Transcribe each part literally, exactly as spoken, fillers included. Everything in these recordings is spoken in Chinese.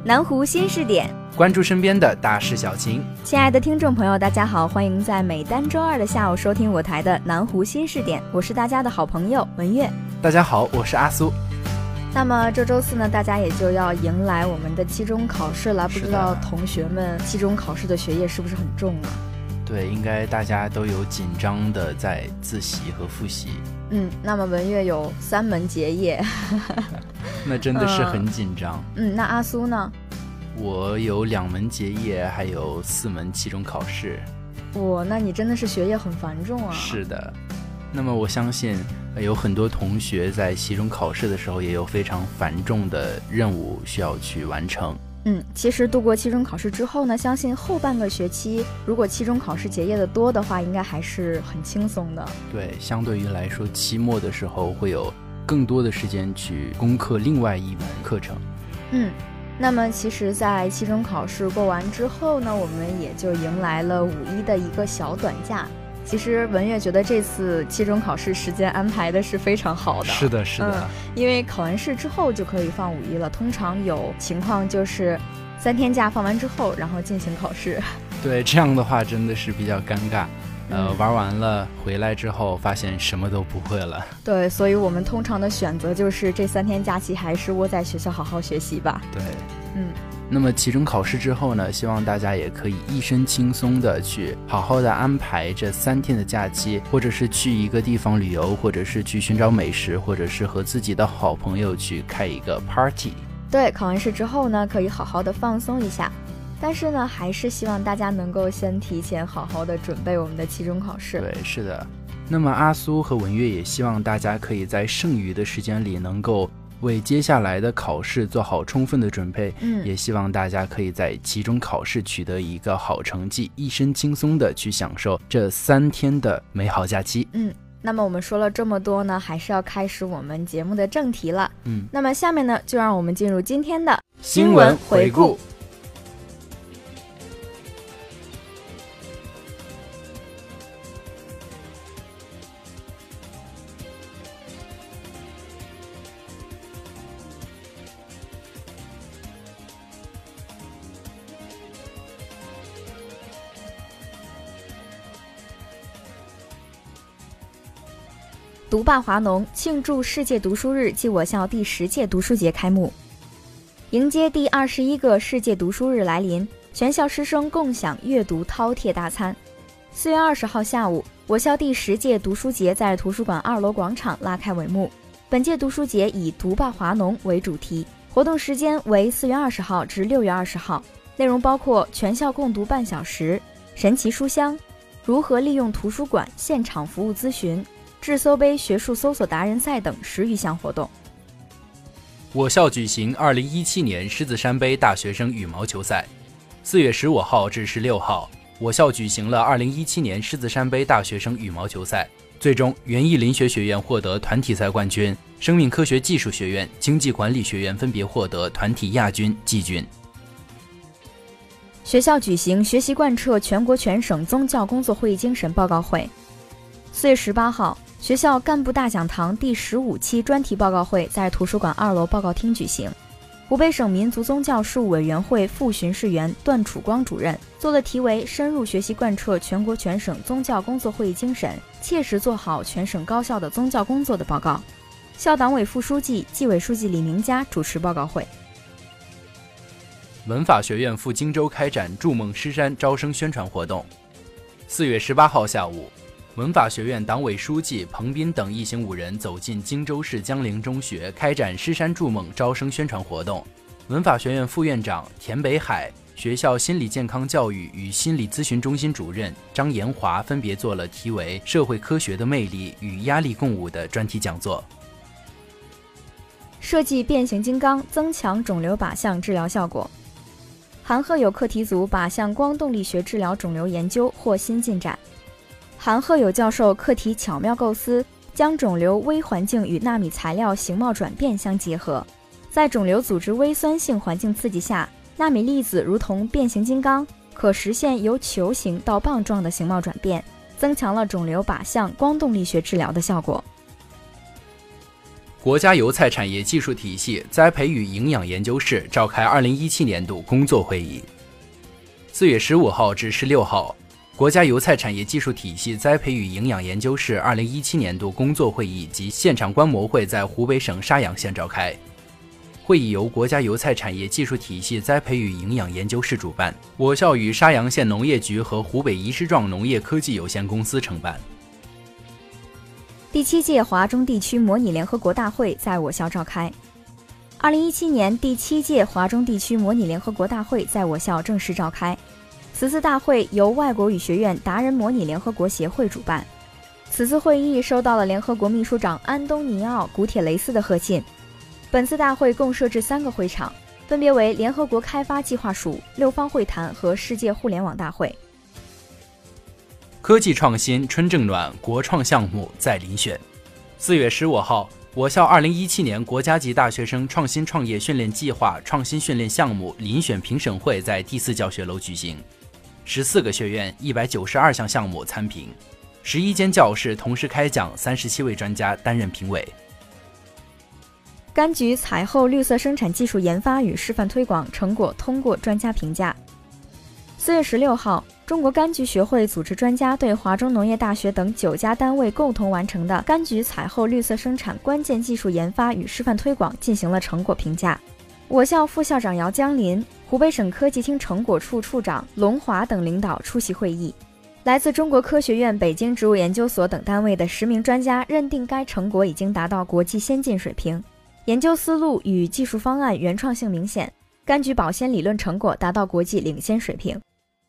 南湖新视点， 关注身边的大事小情。 亲爱的听众朋友，大家好，欢迎在每单周二的下午收听我台的南湖新视点，我是大家的好朋友文月。 大家好，我是阿苏。 那么这周四呢，大家也就要迎来我们的期中考试了，不知道同学们期中考试的学业是不是很重啊？ 对，应该大家都有紧张的在自习和复习。 嗯，那么文月有三门结业那真的是很紧张。 嗯，那阿苏呢？ 我有两门结业，还有四门期中考试。 哇，那你真的是学业很繁重啊。 是的。那么我相信有很多同学在期中考试的时候也有非常繁重的任务需要去完成。 嗯，其实度过期中考试之后呢，相信后半个学期如果期中考试结业的多的话，应该还是很轻松的。 对，相对于来说期末的时候会有更多的时间去攻克另外一门课程。 嗯，那么其实在期中考试过完之后呢，我们也就迎来了五一的一个小短假。其实文月觉得这次期中考试时间安排的是非常好的。 是的是的、 嗯、因为考完试之后就可以放五一了，通常有情况就是三天假放完之后然后进行考试。 对，这样的话真的是比较尴尬。呃， 嗯、 玩完了回来之后发现什么都不会了。 对，所以我们通常的选择就是这三天假期还是窝在学校好好学习吧。 对， 嗯。 那么期中考试之后呢，希望大家也可以一身轻松的去好好的安排这三天的假期，或者是去一个地方旅游，或者是去寻找美食，或者是和自己的好朋友去开一个 party。 对，考完试之后呢，可以好好的放松一下，但是呢还是希望大家能够先提前好好的准备我们的期中考试。 对，是的。那么阿苏和文月也希望大家可以在剩余的时间里能够为接下来的考试做好充分的准备。 嗯， 也希望大家可以在期中考试取得一个好成绩，一身轻松的去享受这三天的美好假期。 嗯，那么我们说了这么多呢，还是要开始我们节目的正题了。 嗯， 那么下面呢，就让我们进入今天的新闻回顾。 读霸华农庆祝世界读书日暨我校第十届读书节开幕。迎接第二十一个世界读书日来临，全校师生共享阅读饕餮大餐。四月二十号下午，我校第十届读书节在图书馆二楼广场拉开帷幕。本届读书节以读霸华农为主题，活动时间为四月二十号至六月二十号，内容包括全校共读半小时、神奇书香、如何利用图书馆现场服务咨询、智搜杯学术搜索达人赛等十余项活动。 我校举行二零一七年狮子山杯大学生羽毛球赛。四月十五号至十六号，我校举行了二零一七年狮子山杯大学生羽毛球赛，最终园艺林学学院获得团体赛冠军，生命科学技术学院、经济管理学院分别获得团体亚军、季军。 学校举行学习贯彻全国全省宗教工作会议精神报告会。四月十八号，学校干部大讲堂第十五期专题报告会在图书馆二楼报告厅举行。湖北省民族宗教事务委员会副巡视员段楚光主任做了题为深入学习贯彻全国全省宗教工作会议精神，切实做好全省高校的宗教工作的报告。校党委副书记、纪委书记李明佳主持报告会。 文法学院赴荆州开展筑梦诗山招生宣传活动。四月十八号下午，文法学院党委书记彭斌等一行五人走进荆州市江陵中学，开展诗山筑梦招生宣传活动。文法学院副院长田北海、学校心理健康教育与心理咨询中心主任张延华分别做了题为《社会科学的魅力与压力共舞》的专题讲座。 设计变形金刚增强肿瘤靶向治疗效果。韩鹤友课题组靶向光动力学治疗肿瘤研究获新进展。韩鹤友教授课题巧妙构思，将肿瘤微环境与纳米材料形貌转变相结合，在肿瘤组织微酸性环境刺激下，纳米粒子如同变形金刚，可实现由球形到棒状的形貌转变，增强了肿瘤靶向光动力学治疗的效果。 国家油菜产业技术体系栽培与营养研究室召开二零一七年度工作会议。四月十五号至十六号，国家油菜产业技术体系栽培与营养研究室二零一七年度工作会议及现场观摩会在湖北省沙洋县召开。会议由国家油菜产业技术体系栽培与营养研究室主办，我校与沙洋县农业局和湖北宜师壮农业科技有限公司承办。 第七届华中地区模拟联合国大会在我校召开。二零一七年第七届华中地区模拟联合国大会在我校正式召开。此次大会由外国语学院达人模拟联合国协会主办。此次会议收到了联合国秘书长安东尼奥·古铁雷斯的贺信。本次大会共设置三个会场，分别为联合国开发计划署、六方会谈和世界互联网大会。 科技创新春正暖国创项目在遴选。四月十五号，我校二零一七年国家级大学生创新创业训练计划创新训练项目遴选评审会在第四教学楼举行，十四个学院一百九十二项项目参评，十一间教室同时开讲，三十七位专家担任评委。 柑橘采后绿色生产技术研发与示范推广成果通过专家评价。四月十六号，中国柑橘学会组织专家对华中农业大学等九家单位共同完成的柑橘采后绿色生产关键技术研发与示范推广进行了成果评价。我校副校长姚江林、湖北省科技厅成果处处长龙华等领导出席会议。来自中国科学院北京植物研究所等单位的十名专家认定该成果已经达到国际先进水平，研究思路与技术方案原创性明显，柑橘保鲜理论成果达到国际领先水平。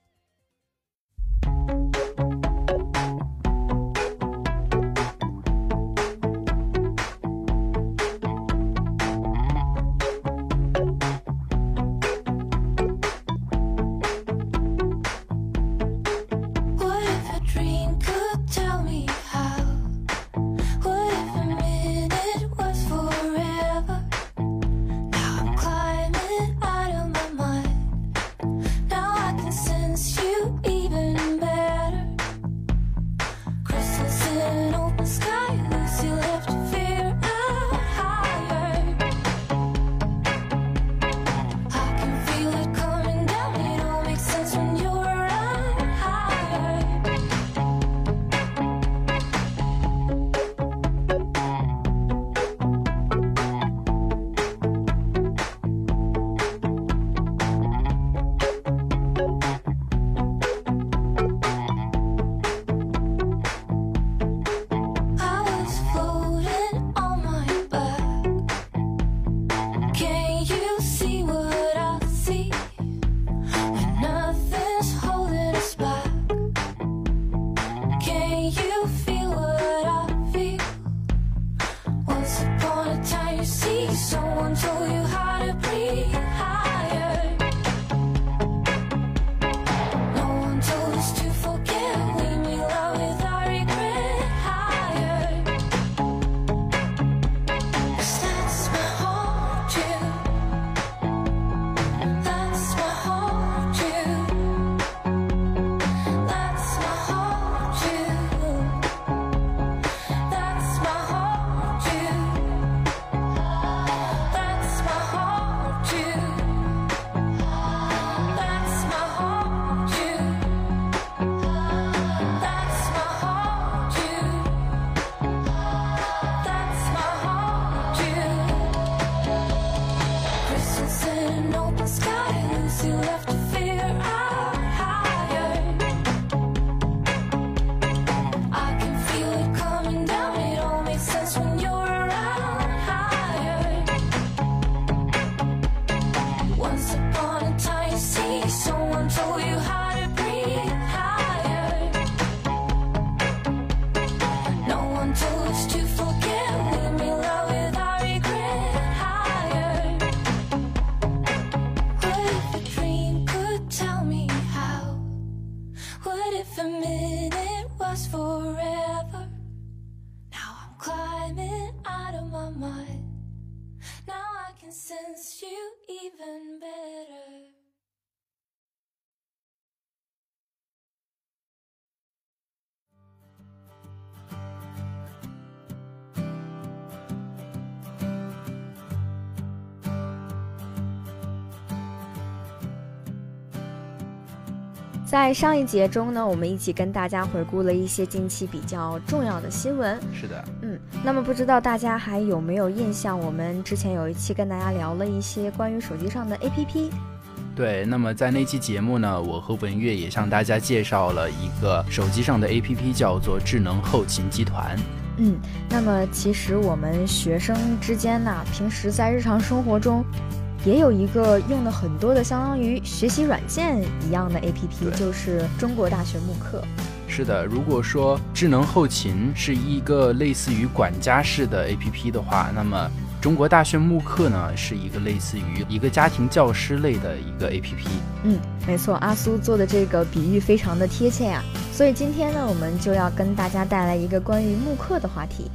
sense you even better. 在上一节中呢，我们一起跟大家回顾了一些近期比较重要的新闻。 是的， 嗯，那么不知道大家还有没有印象，我们之前有一期跟大家聊了一些关于手机上的 A P P。 对，那么在那期节目呢，我和文月也向大家介绍了一个手机上的 A P P， 叫做智能后勤集团。 嗯，那么其实我们学生之间呢，平时在日常生活中也有一个用的很多的相当于学习软件一样的 A P P， 就是中国大学慕课。 是的，如果说智能后勤是一个类似于管家式的 A P P 的话，那么中国大学慕课呢是一个类似于一个家庭教师类的一个 A P P。 嗯，没错，阿苏做的这个比喻非常的贴切呀。所以今天呢，我们就要跟大家带来一个关于慕课的话题。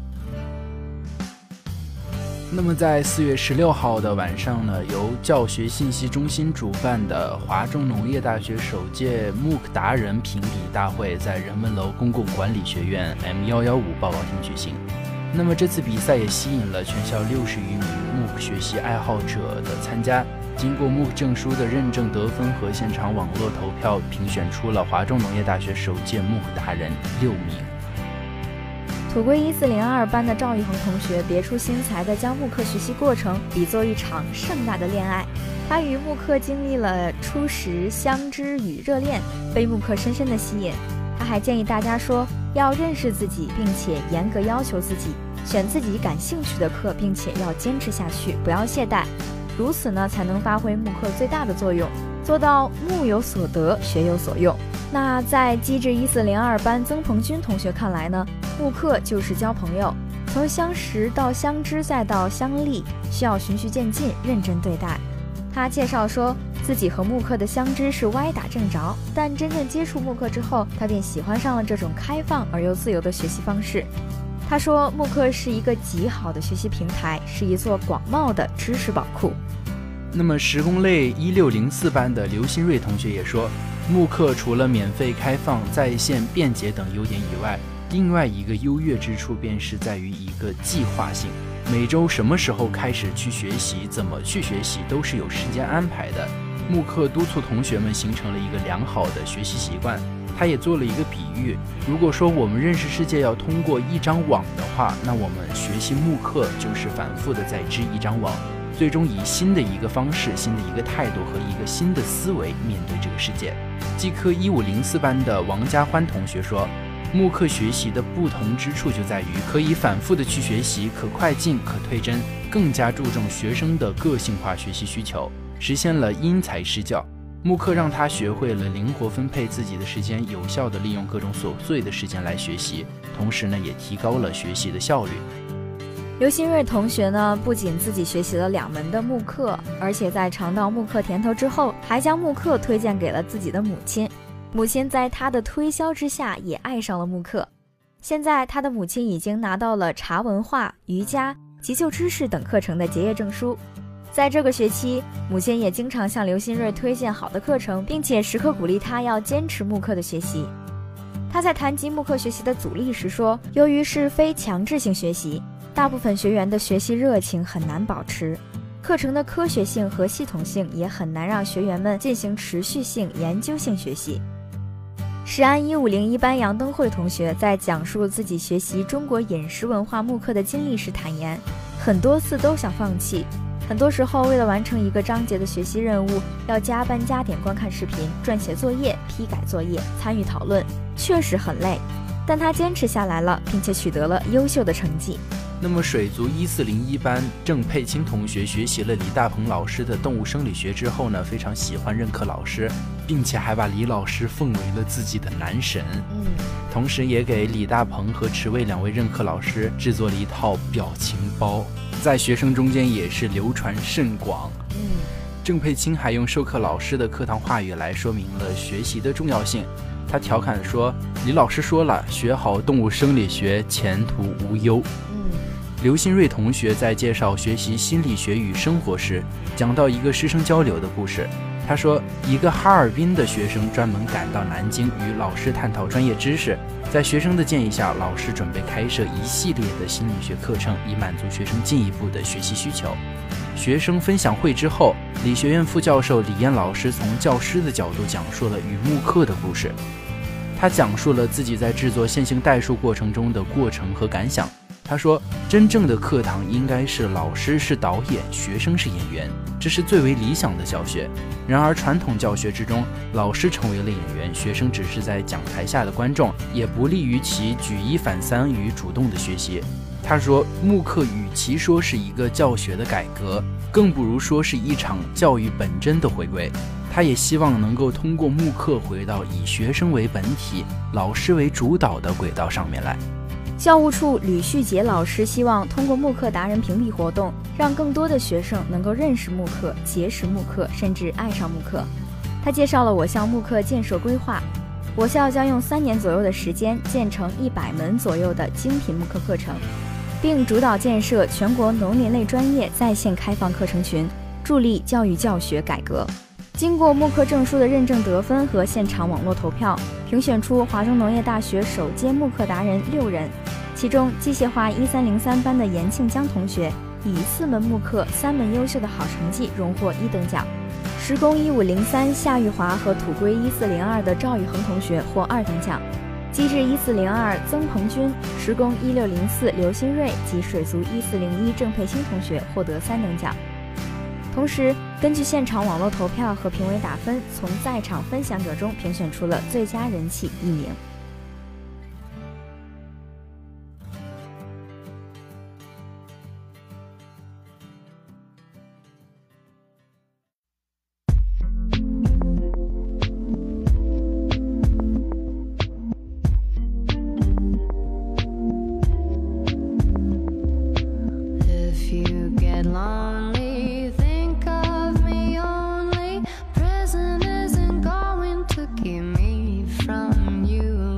那么在四月十六号的晚上呢，由教学信息中心主办的华中农业大学首届 M O O C 达人评比大会在人文楼公共管理学院 M 一一五 报告厅举行。那么这次比赛也吸引了全校六十余名 M O O C 学习爱好者的参加，经过 M O O C 证书的认证得分和现场网络投票，评选出了华中农业大学首届 M O O C 达人六名。 土归一四零二班的赵玉恒同学别出心裁地将慕课学习过程比作一场盛大的恋爱。他与慕课经历了初识、相知与热恋，被慕课深深地吸引。他还建议大家说，要认识自己，并且严格要求自己，选自己感兴趣的课，并且要坚持下去，不要懈怠。如此呢，才能发挥慕课最大的作用，做到慕有所得，学有所用。那在机智一四零二班曾鹏军同学看来呢，慕课就是交朋友，从相识到相知再到相立，需要循序渐进，认真对待。他介绍说，自己和慕课的相知是歪打正着，但真正接触慕课之后，他便喜欢上了这种开放而又自由的学习方式。他说，慕课是一个极好的学习平台，是一座广袤的知识宝库。 那么实工类一六零四班的刘新瑞同学也说，慕课除了免费开放、在线便捷等优点以外，另外一个优越之处便是在于一个计划性，每周什么时候开始去学习，怎么去学习都是有时间安排的。慕课督促同学们形成了一个良好的学习习惯。他也做了一个比喻，如果说我们认识世界要通过一张网的话，那我们学习慕课就是反复的在织一张网，最终以新的一个方式、新的一个态度和一个新的思维面对这个世界。技科一五零四班的王家欢同学说，慕课学习的不同之处就在于可以反复的去学习，可快进可退帧，更加注重学生的个性化学习需求，实现了因材施教。慕课让他学会了灵活分配自己的时间，有效地利用各种琐碎的时间来学习，同时呢，也提高了学习的效率。 刘新瑞同学呢，不仅自己学习了两门的慕课，而且在尝到慕课甜头之后，还将慕课推荐给了自己的母亲。母亲在他的推销之下，也爱上了慕课。现在他的母亲已经拿到了茶文化、瑜伽、急救知识等课程的结业证书。在这个学期，母亲也经常向刘新瑞推荐好的课程，并且时刻鼓励他要坚持慕课的学习。他在谈及慕课学习的阻力时说，由于是非强制性学习，大部分学员的学习热情很难保持，课程的科学性和系统性也很难让学员们进行持续性、研究性学习。石安一五零一班杨登慧同学在讲述自己学习中国饮食文化慕课的经历时坦言，很多次都想放弃，很多时候为了完成一个章节的学习任务，要加班加点观看视频、撰写作业、批改作业、参与讨论，确实很累，但他坚持下来了，并且取得了优秀的成绩。 那么水族一四零一班郑佩清同学学习了李大鹏老师的动物生理学之后呢，非常喜欢任课老师，并且还把李老师奉为了自己的男神。 嗯， 同时也给李大鹏和池卫两位任课老师制作了一套表情包，在学生中间也是流传甚广。 嗯， 郑佩清还用授课老师的课堂话语来说明了学习的重要性。他调侃说，李老师说了，学好动物生理学，前途无忧。刘新瑞同学在介绍学习心理学与生活时，讲到一个师生交流的故事。 他说，一个哈尔滨的学生专门赶到南京与老师探讨专业知识，在学生的建议下，老师准备开设一系列的心理学课程，以满足学生进一步的学习需求。学生分享会之后，理学院副教授李燕老师从教师的角度讲述了与慕课的故事。他讲述了自己在制作线性代数过程中的过程和感想。他说，真正的课堂应该是老师是导演，学生是演员，这是最为理想的教学。然而传统教学之中，老师成为了演员，学生只是在讲台下的观众，也不利于其举一反三与主动的学习。他说，慕课与其说是一个教学的改革，更不如说是一场教育本真的回归。他也希望能够通过慕课回到以学生为本体、老师为主导的轨道上面来。 教务处吕旭杰老师希望通过慕课达人评比活动，让更多的学生能够认识慕课、结识慕课，甚至爱上慕课。他介绍了我校慕课建设规划，我校将用三年左右的时间建成一百门左右的精品慕课课程，并主导建设全国农林类专业在线开放课程群，助力教育教学改革。经过慕课证书的认证得分和现场网络投票，评选出华中农业大学首届慕课达人六人，其中机械化一三零三班的严庆江同学以四门慕课三门优秀的好成绩荣获一等奖，时工一五零三夏玉华和土龟一四零二的赵宇恒同学获二等奖，机智一四零二曾鹏军、时工一六零四刘新瑞及水族一四零一郑佩欣同学获得三等奖。同时，根据现场网络投票和评委打分，从在场分享者中评选出了最佳人气一名。 Keep me from you.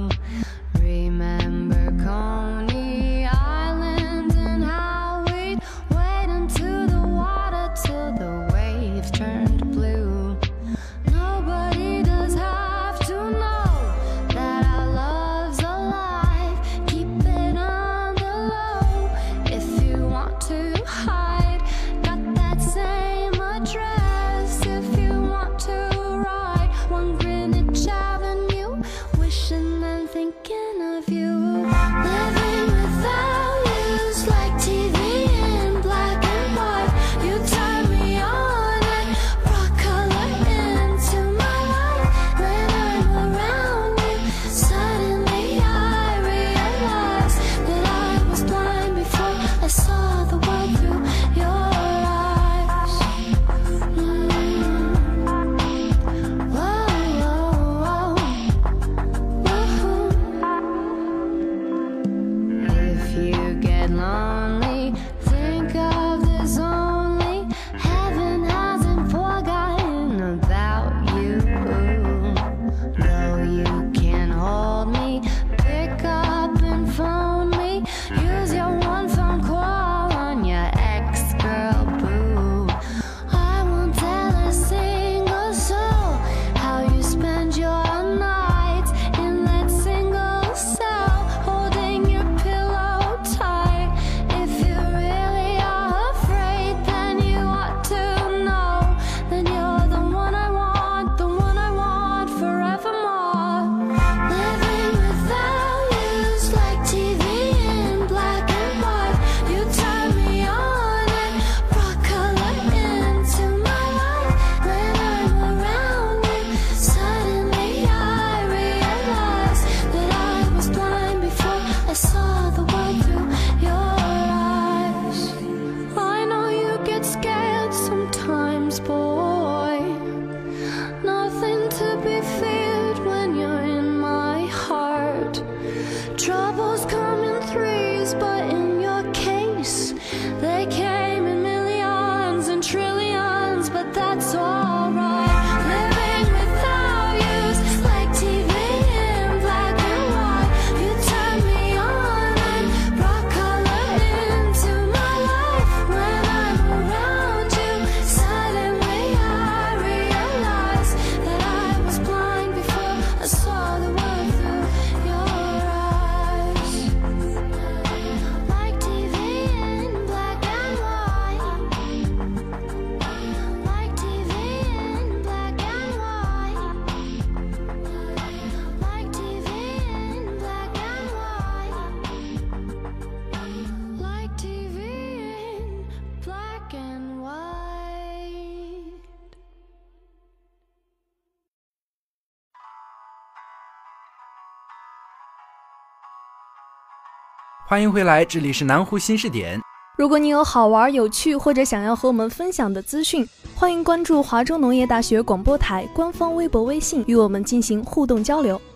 欢迎回来，这里是南湖新视点。 如果你有好玩有趣或者想要和我们分享的资讯，欢迎关注华中农业大学广播台官方微博微信，与我们进行互动交流。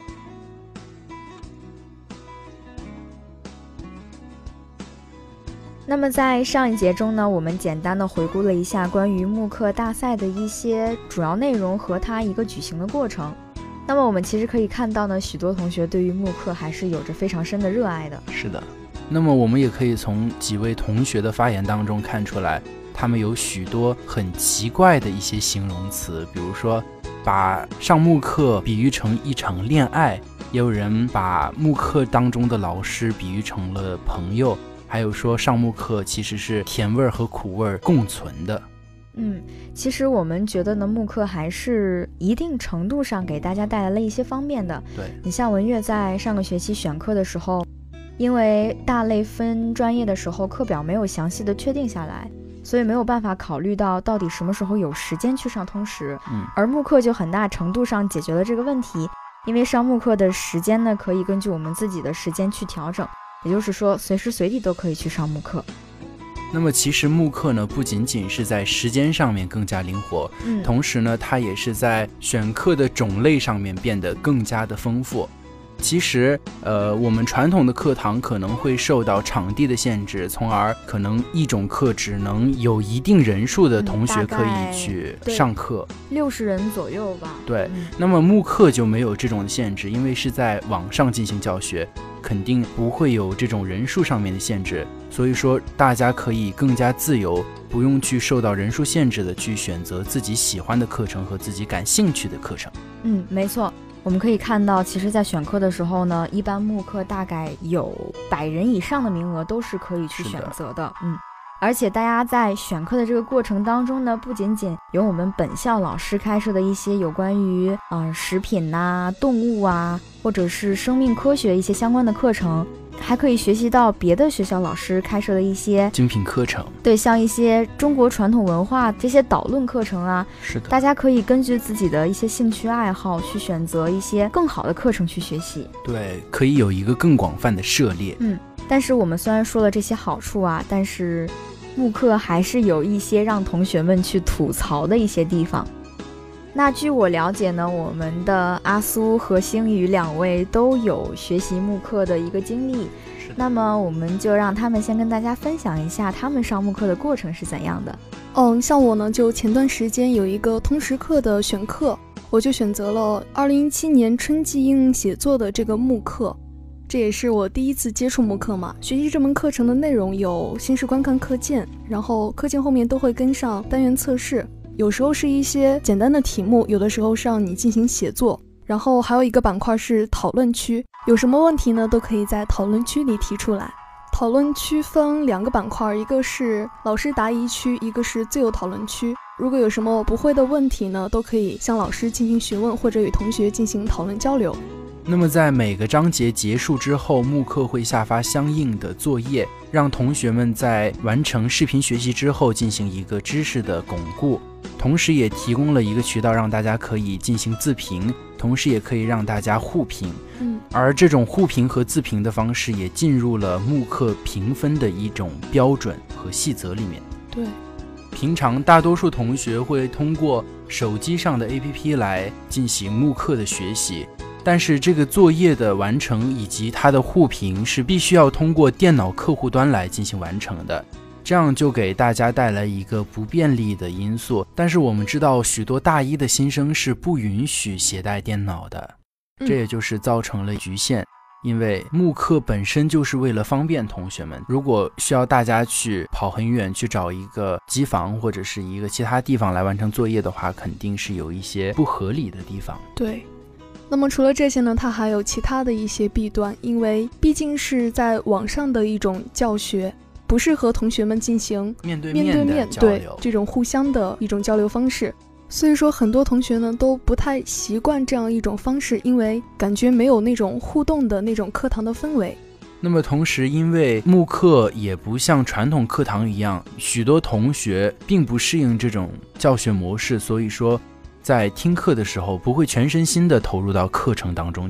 那么在上一节中呢，我们简单的回顾了一下关于慕课大赛的一些主要内容和它一个举行的过程。那么我们其实可以看到呢，许多同学对于慕课还是有着非常深的热爱的。 是的，那么我们也可以从几位同学的发言当中看出来，他们有许多很奇怪的一些形容词，比如说把上慕课比喻成一场恋爱，也有人把慕课当中的老师比喻成了朋友，还有说上慕课其实是甜味和苦味共存的。 嗯，其实我们觉得呢，慕课还是一定程度上给大家带来了一些方便的。 对， 你像文月在上个学期选课的时候，因为大类分专业的时候课表没有详细的确定下来，所以没有办法考虑到到底什么时候有时间去上通识。 嗯， 而慕课就很大程度上解决了这个问题，因为上慕课的时间呢，可以根据我们自己的时间去调整，也就是说随时随地都可以去上慕课。 那么其实慕课呢，不仅仅是在时间上面更加灵活， 嗯， 同时呢，它也是在选课的种类上面变得更加的丰富。其实呃，我们传统的课堂可能会受到场地的限制，从而可能一种课只能有一定人数的同学可以去上课， 六十人左右吧。 对， 嗯， 那么慕课就没有这种限制，因为是在网上进行教学，肯定不会有这种人数上面的限制，所以说大家可以更加自由，不用去受到人数限制的去选择自己喜欢的课程和自己感兴趣的课程。 嗯，没错。我们可以看到，其实在选课的时候呢，一般慕课大概有百人以上的名额都是可以去选择的。嗯，而且大家在选课的这个过程当中呢，不仅仅有我们本校老师开设的一些有关于呃食品呐、动物啊，或者是生命科学一些相关的课程，还可以学习到别的学校老师开设的一些精品课程。 对，像一些中国传统文化这些导论课程啊， 是的， 大家可以根据自己的一些兴趣爱好去选择一些更好的课程去学习。 对，可以有一个更广泛的涉猎。 嗯，但是我们虽然说了这些好处啊，但是慕课还是有一些让同学们去吐槽的一些地方。那据我了解呢，我们的阿苏和星宇两位都有学习慕课的一个经历，那么我们就让他们先跟大家分享一下他们上慕课的过程是怎样的。 嗯，像我呢，就前段时间有一个通识课的选课，我就选择了二零一七年春季应用写作的这个慕课，这也是我第一次接触慕课嘛。学习这门课程的内容有先是观看课件，然后课件后面都会跟上单元测试，有时候是一些简单的题目，有的时候是让你进行写作，然后还有一个板块是讨论区，有什么问题呢，都可以在讨论区里提出来。讨论区分两个板块，一个是老师答疑区，一个是自由讨论区。如果有什么不会的问题呢，都可以向老师进行询问，或者与同学进行讨论交流。 那么在每个章节结束之后，慕课会下发相应的作业，让同学们在完成视频学习之后进行一个知识的巩固，同时也提供了一个渠道让大家可以进行自评，同时也可以让大家互评。 嗯， 而这种互评和自评的方式也进入了慕课评分的一种标准和细则里面。 对， 平常大多数同学会通过手机上的 A P P 来进行慕课的学习，但是这个作业的完成以及它的互评是必须要通过电脑客户端来进行完成的，这样就给大家带来一个不便利的因素。但是我们知道许多大一的新生是不允许携带电脑的，这也就是造成了局限。因为慕课本身就是为了方便同学们，如果需要大家去跑很远去找一个机房或者是一个其他地方来完成作业的话，肯定是有一些不合理的地方。 对，那么除了这些呢，它还有其他的一些弊端，因为毕竟是在网上的一种教学，不适合同学们进行面对面对面交流， 对这种互相的一种交流方式。所以说很多同学呢都不太习惯这样一种方式，因为感觉没有那种互动的那种课堂的氛围。 那么同时，因为慕课也不像传统课堂一样，许多同学并不适应这种教学模式，所以说在听课的时候不会全身心的投入到课程当中去。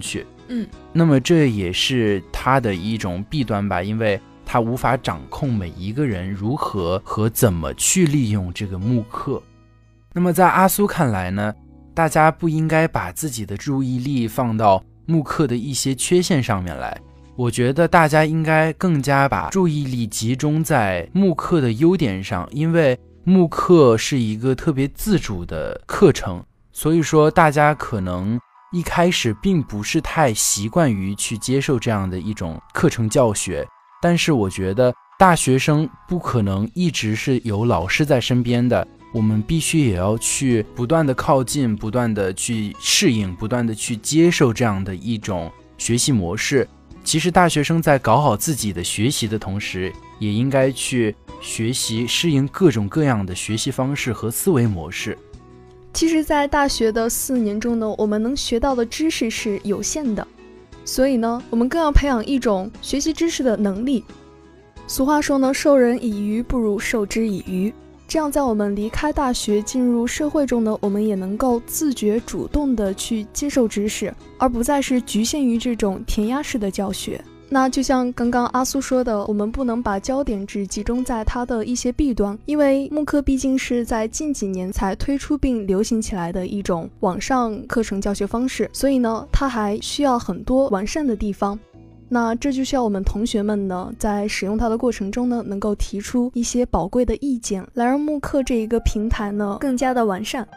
嗯， 那么这也是它的一种弊端吧，因为它无法掌控每一个人如何和怎么去利用这个慕课。那么在阿苏看来呢，大家不应该把自己的注意力放到慕课的一些缺陷上面来，我觉得大家应该更加把注意力集中在慕课的优点上，因为慕课是一个特别自主的课程，所以说大家可能一开始并不是太习惯于去接受这样的一种课程教学，但是我觉得大学生不可能一直是有老师在身边的，我们必须也要去不断的靠近，不断的去适应，不断的去接受这样的一种学习模式。其实大学生在搞好自己的学习的同时，也应该去学习适应各种各样的学习方式和思维模式。 其实在大学的四年中呢，我们能学到的知识是有限的，所以呢，我们更要培养一种学习知识的能力。俗话说呢，授人以鱼不如授之以渔。这样在我们离开大学进入社会中呢，我们也能够自觉主动的去接受知识，而不再是局限于这种填鸭式的教学。那就像刚刚阿苏说的，我们不能把焦点只集中在它的一些弊端，因为慕课毕竟是在近几年才推出并流行起来的一种网上课程教学方式，所以呢，它还需要很多完善的地方。那这就需要我们同学们呢，在使用它的过程中呢，能够提出一些宝贵的意见，来让慕课这一个平台呢更加的完善。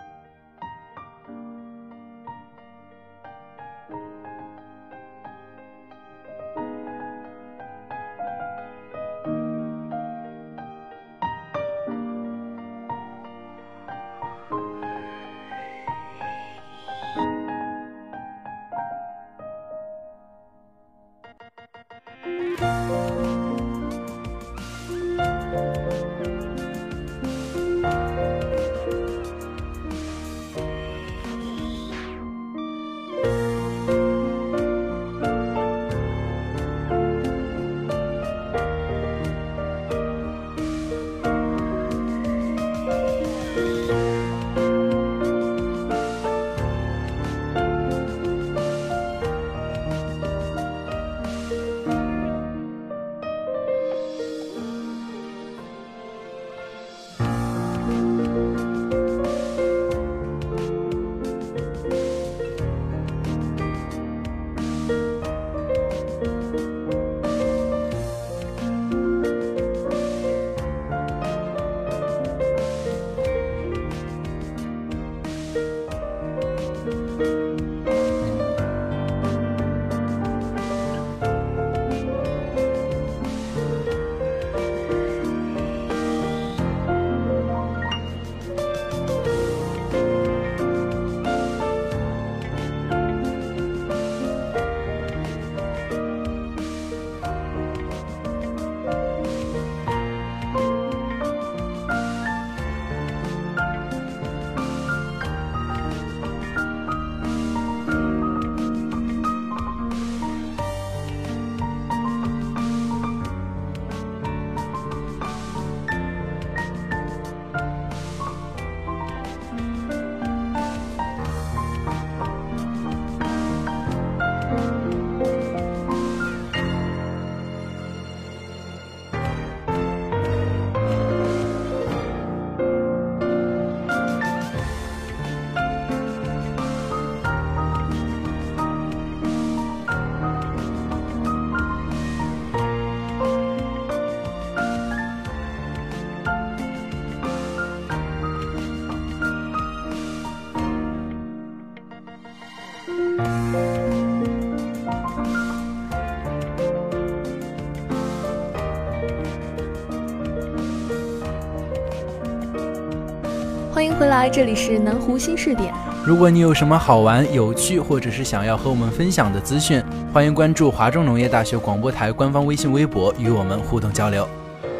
欢迎回来，这里是南湖新视点。 如果你有什么好玩、有趣，或者是想要和我们分享的资讯，欢迎关注华中农业大学广播台官方微信微博，与我们互动交流。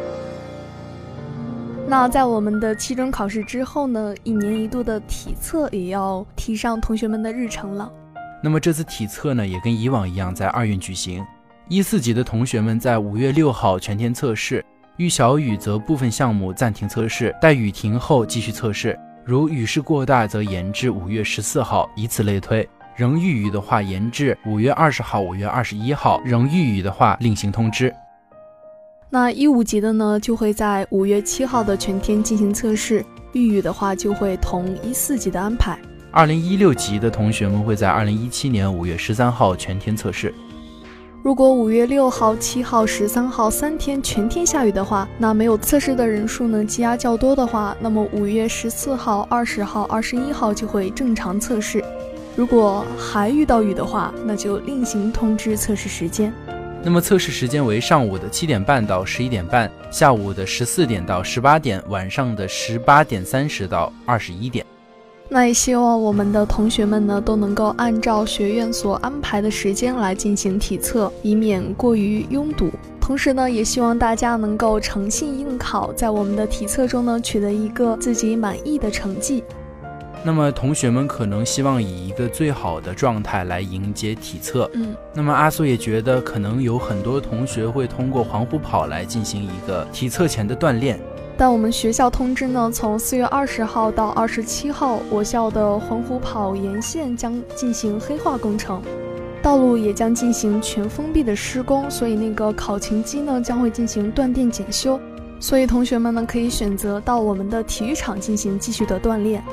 那在我们的期中考试之后呢，一年一度的体测也要提上同学们的日程了。 那么这次体测呢，也跟以往一样在二院举行。一四级的同学们在五月六号全天测试，遇小雨则部分项目暂停测试，待雨停后继续测试。如雨势过大则延至五月十四号，以此类推。 仍预予的话延至五月二十号、五月二十一号，仍预予的话另行通知。 那一五级的呢，就会在五月七号的全天进行测试，预予的话就会同一四级的安排。 二零一六级的同学们会在二零一七年五月十三号全天测试。 如果五月六号、七号、十三号三天全天下雨的话，那没有测试的人数呢积压较多的话，那么五月十四号、二十号、二十一号就会正常测试。如果还遇到雨的话，那就另行通知测试时间。 那么测试时间为上午的七点半到十一点半，下午的十四点到十八点，晚上的十八点三十到二十一点。 那也希望我们的同学们呢都能够按照学院所安排的时间来进行体测，以免过于拥堵。同时呢，也希望大家能够诚信应考，在我们的体测中呢取得一个自己满意的成绩。 那么同学们可能希望以一个最好的状态来迎接体测。 嗯， 那么阿苏也觉得可能有很多同学会通过环湖跑来进行一个体测前的锻炼。 但我们学校通知呢，从四月二十号到二十七号，我校的环湖跑沿线将进行黑化工程，道路也将进行全封闭的施工，所以那个考勤机呢将会进行断电检修，所以同学们呢可以选择到我们的体育场进行继续的锻炼。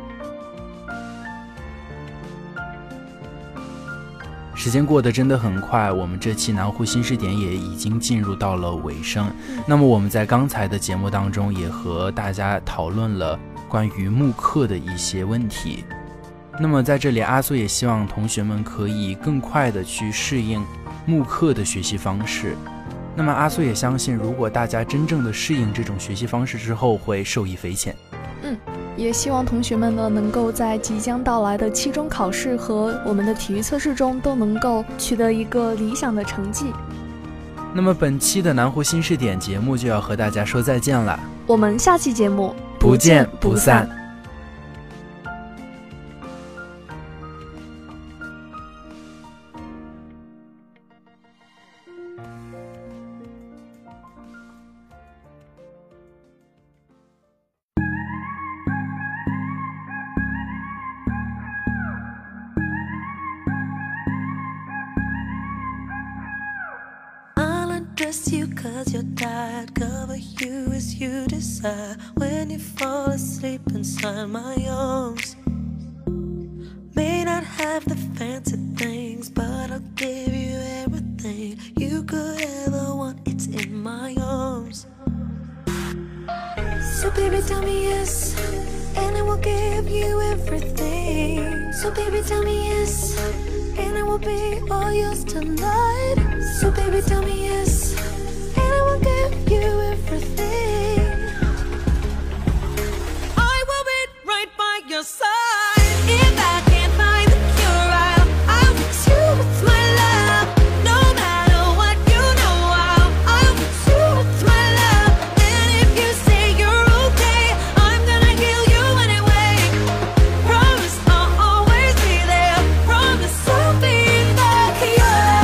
时间过得真的很快，我们这期南湖新视点也已经进入到了尾声。那么我们在刚才的节目当中也和大家讨论了关于慕课的一些问题。那么在这里，阿苏也希望同学们可以更快的去适应慕课的学习方式。那么阿苏也相信，如果大家真正的适应这种学习方式之后，会受益匪浅。 嗯，也希望同学们呢能够在即将到来的期中考试和我们的体育测试中都能够取得一个理想的成绩。 那么本期的南湖新视点节目就要和大家说再见了， 我们下期节目不见不散。 Dress you cause you're tired, cover you as you desire. When you fall asleep inside my arms, may not have the fancy things, but I'll give you everything you could ever want. It's in my arms. So baby tell me yes, and I will give you everything. So baby tell me yes, and I will be all yours tonight. So baby tell me yes, and I will give you everything. I will be right by your side. If I can't find the cure, I'll, I'll fix you with my love. No matter what, you know I'll, I'll fix you with my love. And if you say you're okay, I'm gonna heal you anyway. Promise I'll always be there. Promise I'll be the cure.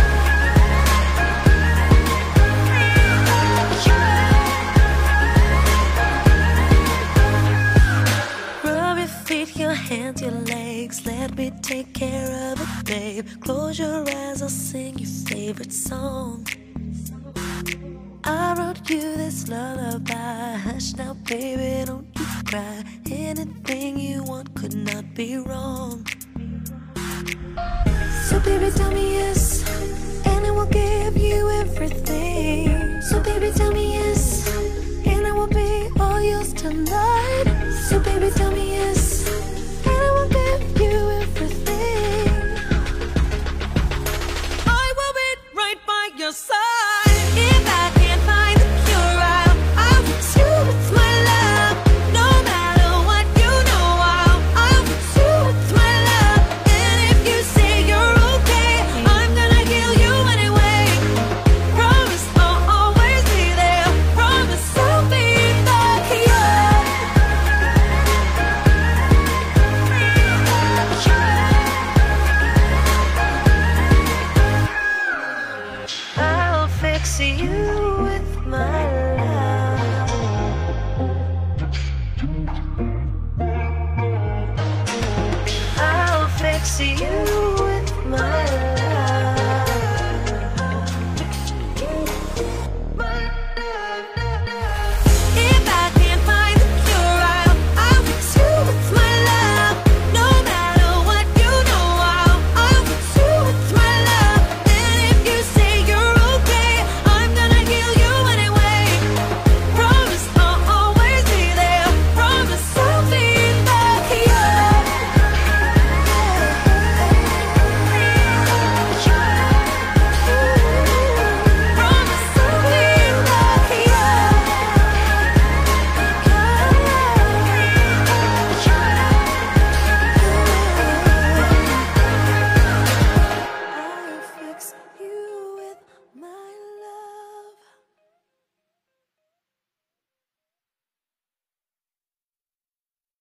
Rub your feet, your hands, your legs. Let me take care of it, babe. Close your eyes, I'll sing your favorite song. I wrote you this lullaby. Hush now, baby, don't you cry. Anything you want could not be wrong. So baby tell me yes, and I will give you everything. So baby tell me yes,